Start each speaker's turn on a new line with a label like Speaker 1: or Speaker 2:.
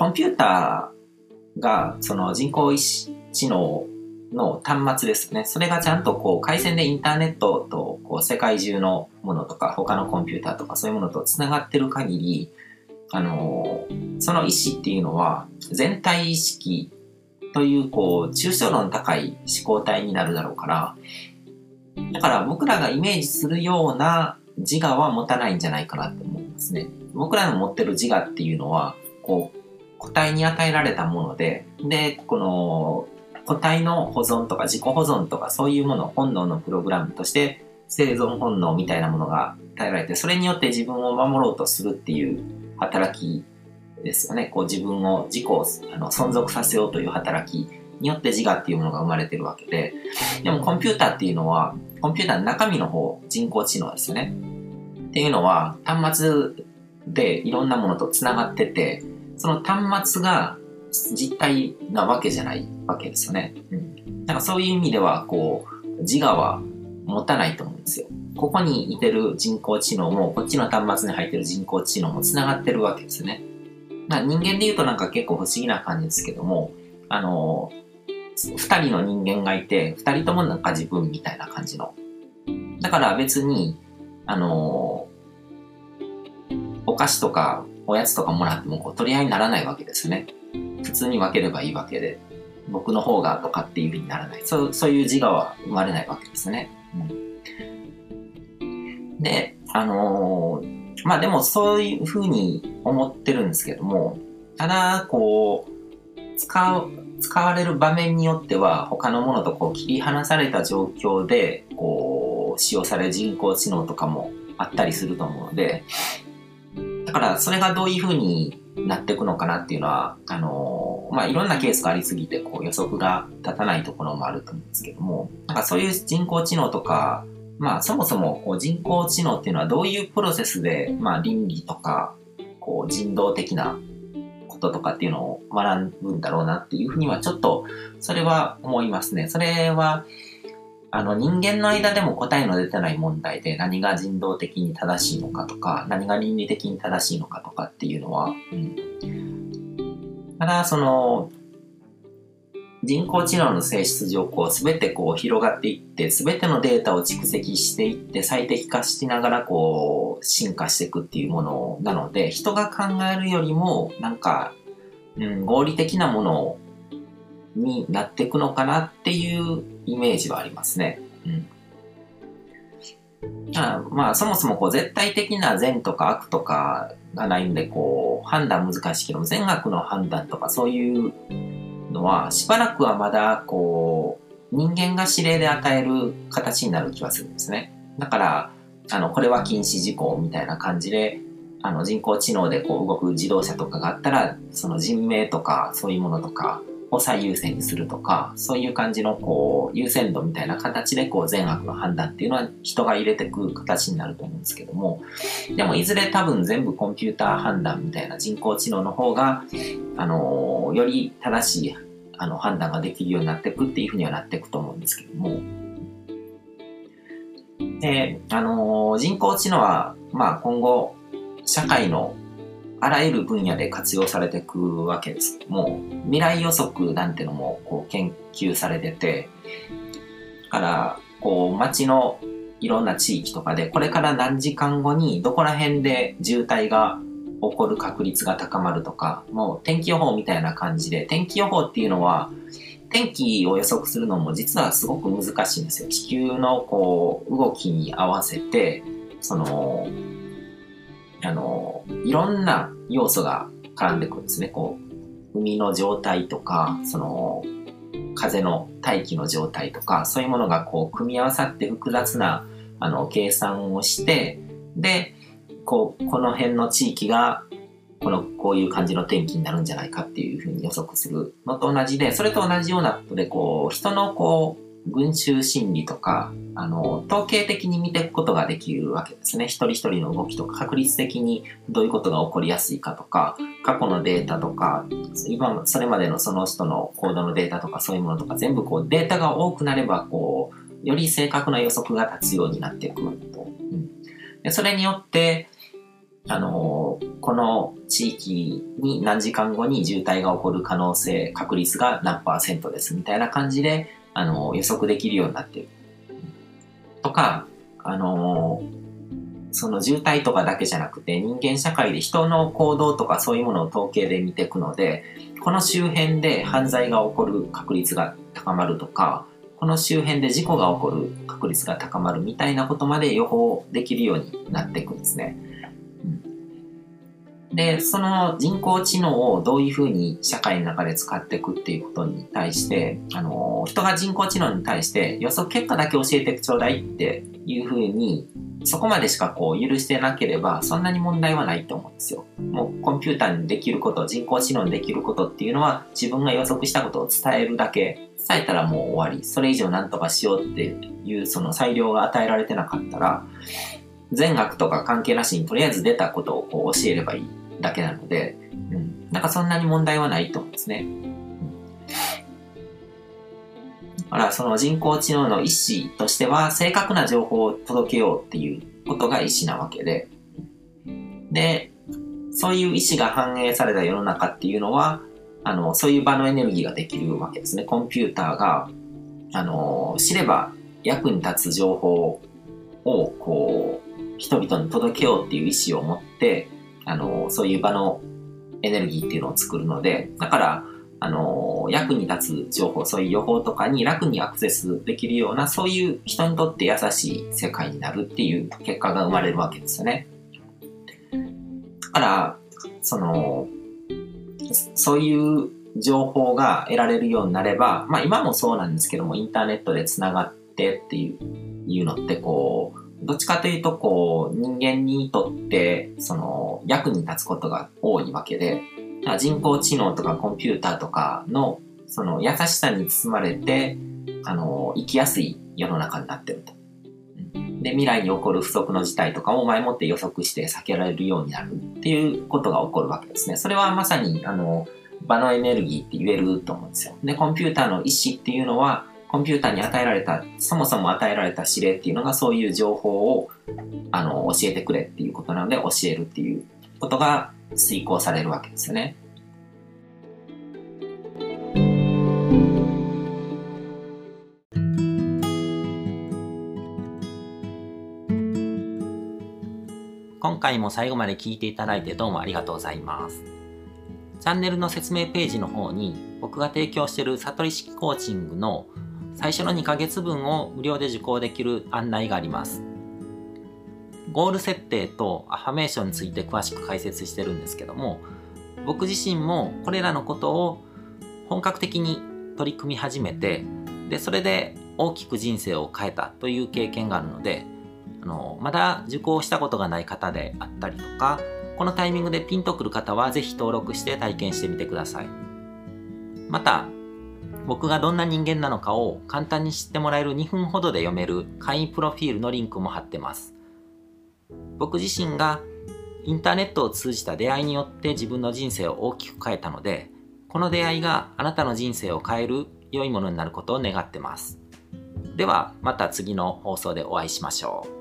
Speaker 1: コンピューターがその人工知能の端末ですね。それがちゃんとこう回線でインターネットとこう世界中のものとか他のコンピューターとかそういうものとつながってる限り、その意思っていうのは全体意識というこう抽象度の高い思考体になるだろうから、だから僕らがイメージするような自我は持たないんじゃないかなって思いますね。僕らの持ってる自我っていうのはこう個体に与えられたもので、この個体の保存とか自己保存とかそういうもの、本能のプログラムとして生存本能みたいなものが与えられて、それによって自分を守ろうとするっていう働きですよね。こう自分を自己を存続させようという働きによって自我っていうものが生まれてるわけで、でもコンピューターっていうのはコンピューターの中身の方、人工知能ですよね。っていうのは端末でいろんなものとつながってて、その端末が実体なわけじゃないわけですよね。だからそういう意味ではこう自我は持たないと思うんですよ。ここにいてる人工知能もこっちの端末に入ってる人工知能もつながってるわけですよね。人間で言うとなんか結構不思議な感じですけども、二人の人間がいて、二人ともなんか自分みたいな感じの。だから別に、お菓子とかおやつとかもらってもこう取り合いにならないわけですね。普通に分ければいいわけで、僕の方がとかっていう風にならない。そういう自我は生まれないわけですね。で、まあでもそういう風に思ってるんですけども、ただ、こう、使われる場面によっては他のものとこう切り離された状況でこう使用される人工知能とかもあったりすると思うので、だからそれがどういう風になっていくのかなっていうのはまあいろんなケースがありすぎてこう予測が立たないところもあると思うんですけども、なんかそういう人工知能とか、まあそもそもこう人工知能っていうのはどういうプロセスで、まあ倫理とかこう人道的なこととかっていうのを学ぶんだろうなっていうふうにはちょっとそれは思いますね。それは人間の間でも答えの出てない問題で、何が人道的に正しいのかとか何が倫理的に正しいのかとかっていうのは、ただその人工知能の性質上こう全てこう広がっていって全てのデータを蓄積していって最適化しながらこう進化していくっていうものなので、人が考えるよりもなんか、合理的なものになっていくのかなっていうイメージはありますね。まあそもそもこう絶対的な善とか悪とかがないんでこう判断難しいけど、善悪の判断とかそういうのはしばらくはまだこう人間が指令で与える形になる気はするんですね。だからこれは禁止事項みたいな感じで人工知能でこう動く自動車とかがあったらその人命とかそういうものとかを最優先にするとか、そういう感じのこう優先度みたいな形でこう善悪の判断っていうのは人が入れてくる形になると思うんですけども、でもいずれ多分全部コンピューター判断みたいな人工知能の方がより正しい判断ができるようになっていくっていうふうにはなっていくと思うんですけども、で人工知能はまあ今後社会のあらゆる分野で活用されていくわけですけども、未来予測なんてのもこう研究されてて、だからこう街のいろんな地域とかでこれから何時間後にどこら辺で渋滞が起こる確率が高まるとか、もう天気予報みたいな感じで、天気予報っていうのは天気を予測するのも実はすごく難しいんですよ。地球のこう動きに合わせていろんな要素が絡んでくるんですね。こう海の状態とか風の大気の状態とかそういうものがこう組み合わさって複雑な計算をして、でこの辺の地域がこういう感じの天気になるんじゃないかっていうふうに予測するのと同じで、それと同じようなことでこう人のこう群衆心理とか統計的に見ていくことができるわけですね。一人一人の動きとか確率的にどういうことが起こりやすいかとか、過去のデータとか今それまでのその人の行動のデータとかそういうものとか全部こうデータが多くなればこうより正確な予測が立つようになってくると、でそれによってこの地域に何時間後に渋滞が起こる可能性、確率が何%ですみたいな感じで、予測できるようになっている。とか、その渋滞とかだけじゃなくて、人間社会で人の行動とかそういうものを統計で見ていくので、この周辺で犯罪が起こる確率が高まるとか、この周辺で事故が起こる確率が高まるみたいなことまで予報できるようになっていくんですね。で、その人工知能をどういうふうに社会の中で使っていくっていうことに対して、人が人工知能に対して予測結果だけ教えてちょうだいっていうふうに、そこまでしか許してなければ、そんなに問題はないと思うんですよ。もうコンピューターにできること、人工知能にできることっていうのは、自分が予測したことを伝えるだけ、伝えたらもう終わり。それ以上何とかしようっていうその裁量が与えられてなかったら、善悪とか関係なしにとりあえず出たことを教えればいいだけなので、なんかそんなに問題はないと思うんですね。だからその人工知能の意思としては、正確な情報を届けようっていうことが意思なわけで、で、そういう意思が反映された世の中っていうのは、そういう場のエネルギーができるわけですね。コンピューターが、知れば役に立つ情報を人々に届けようっていう意思を持って、そういう場のエネルギーっていうのを作るので、だから、役に立つ情報、そういう予報とかに楽にアクセスできるような、そういう人にとって優しい世界になるっていう結果が生まれるわけですよね。だから、そういう情報が得られるようになれば、今もそうなんですけども、インターネットでつながってっていうのってどっちかというと人間にとって役に立つことが多いわけで、人工知能とかコンピューターとかの優しさに包まれて生きやすい世の中になってると。で、未来に起こる不測の事態とかを前もって予測して避けられるようになるっていうことが起こるわけですね。それはまさに場のエネルギーって言えると思うんですよ。で、コンピューターの意思っていうのは、コンピューターに与えられた、そもそも与えられた指令っていうのがそういう情報を教えてくれっていうことなので、教えるっていうことが遂行されるわけですよね。今回も最後まで聞いていただいてどうもありがとうございます。チャンネルの説明ページの方に僕が提供している悟り式コーチングの最初の2ヶ月分を無料で受講できる案内があります。ゴール設定とアファメーションについて詳しく解説してるんですけども、僕自身もこれらのことを本格的に取り組み始めて、でそれで大きく人生を変えたという経験があるので、まだ受講したことがない方であったりとか、このタイミングでピンとくる方はぜひ登録して体験してみてください。また、僕がどんな人間なのかを簡単に知ってもらえる2分ほどで読める会員プロフィールのリンクも貼ってます。僕自身がインターネットを通じた出会いによって自分の人生を大きく変えたので、この出会いがあなたの人生を変える良いものになることを願ってます。ではまた次の放送でお会いしましょう。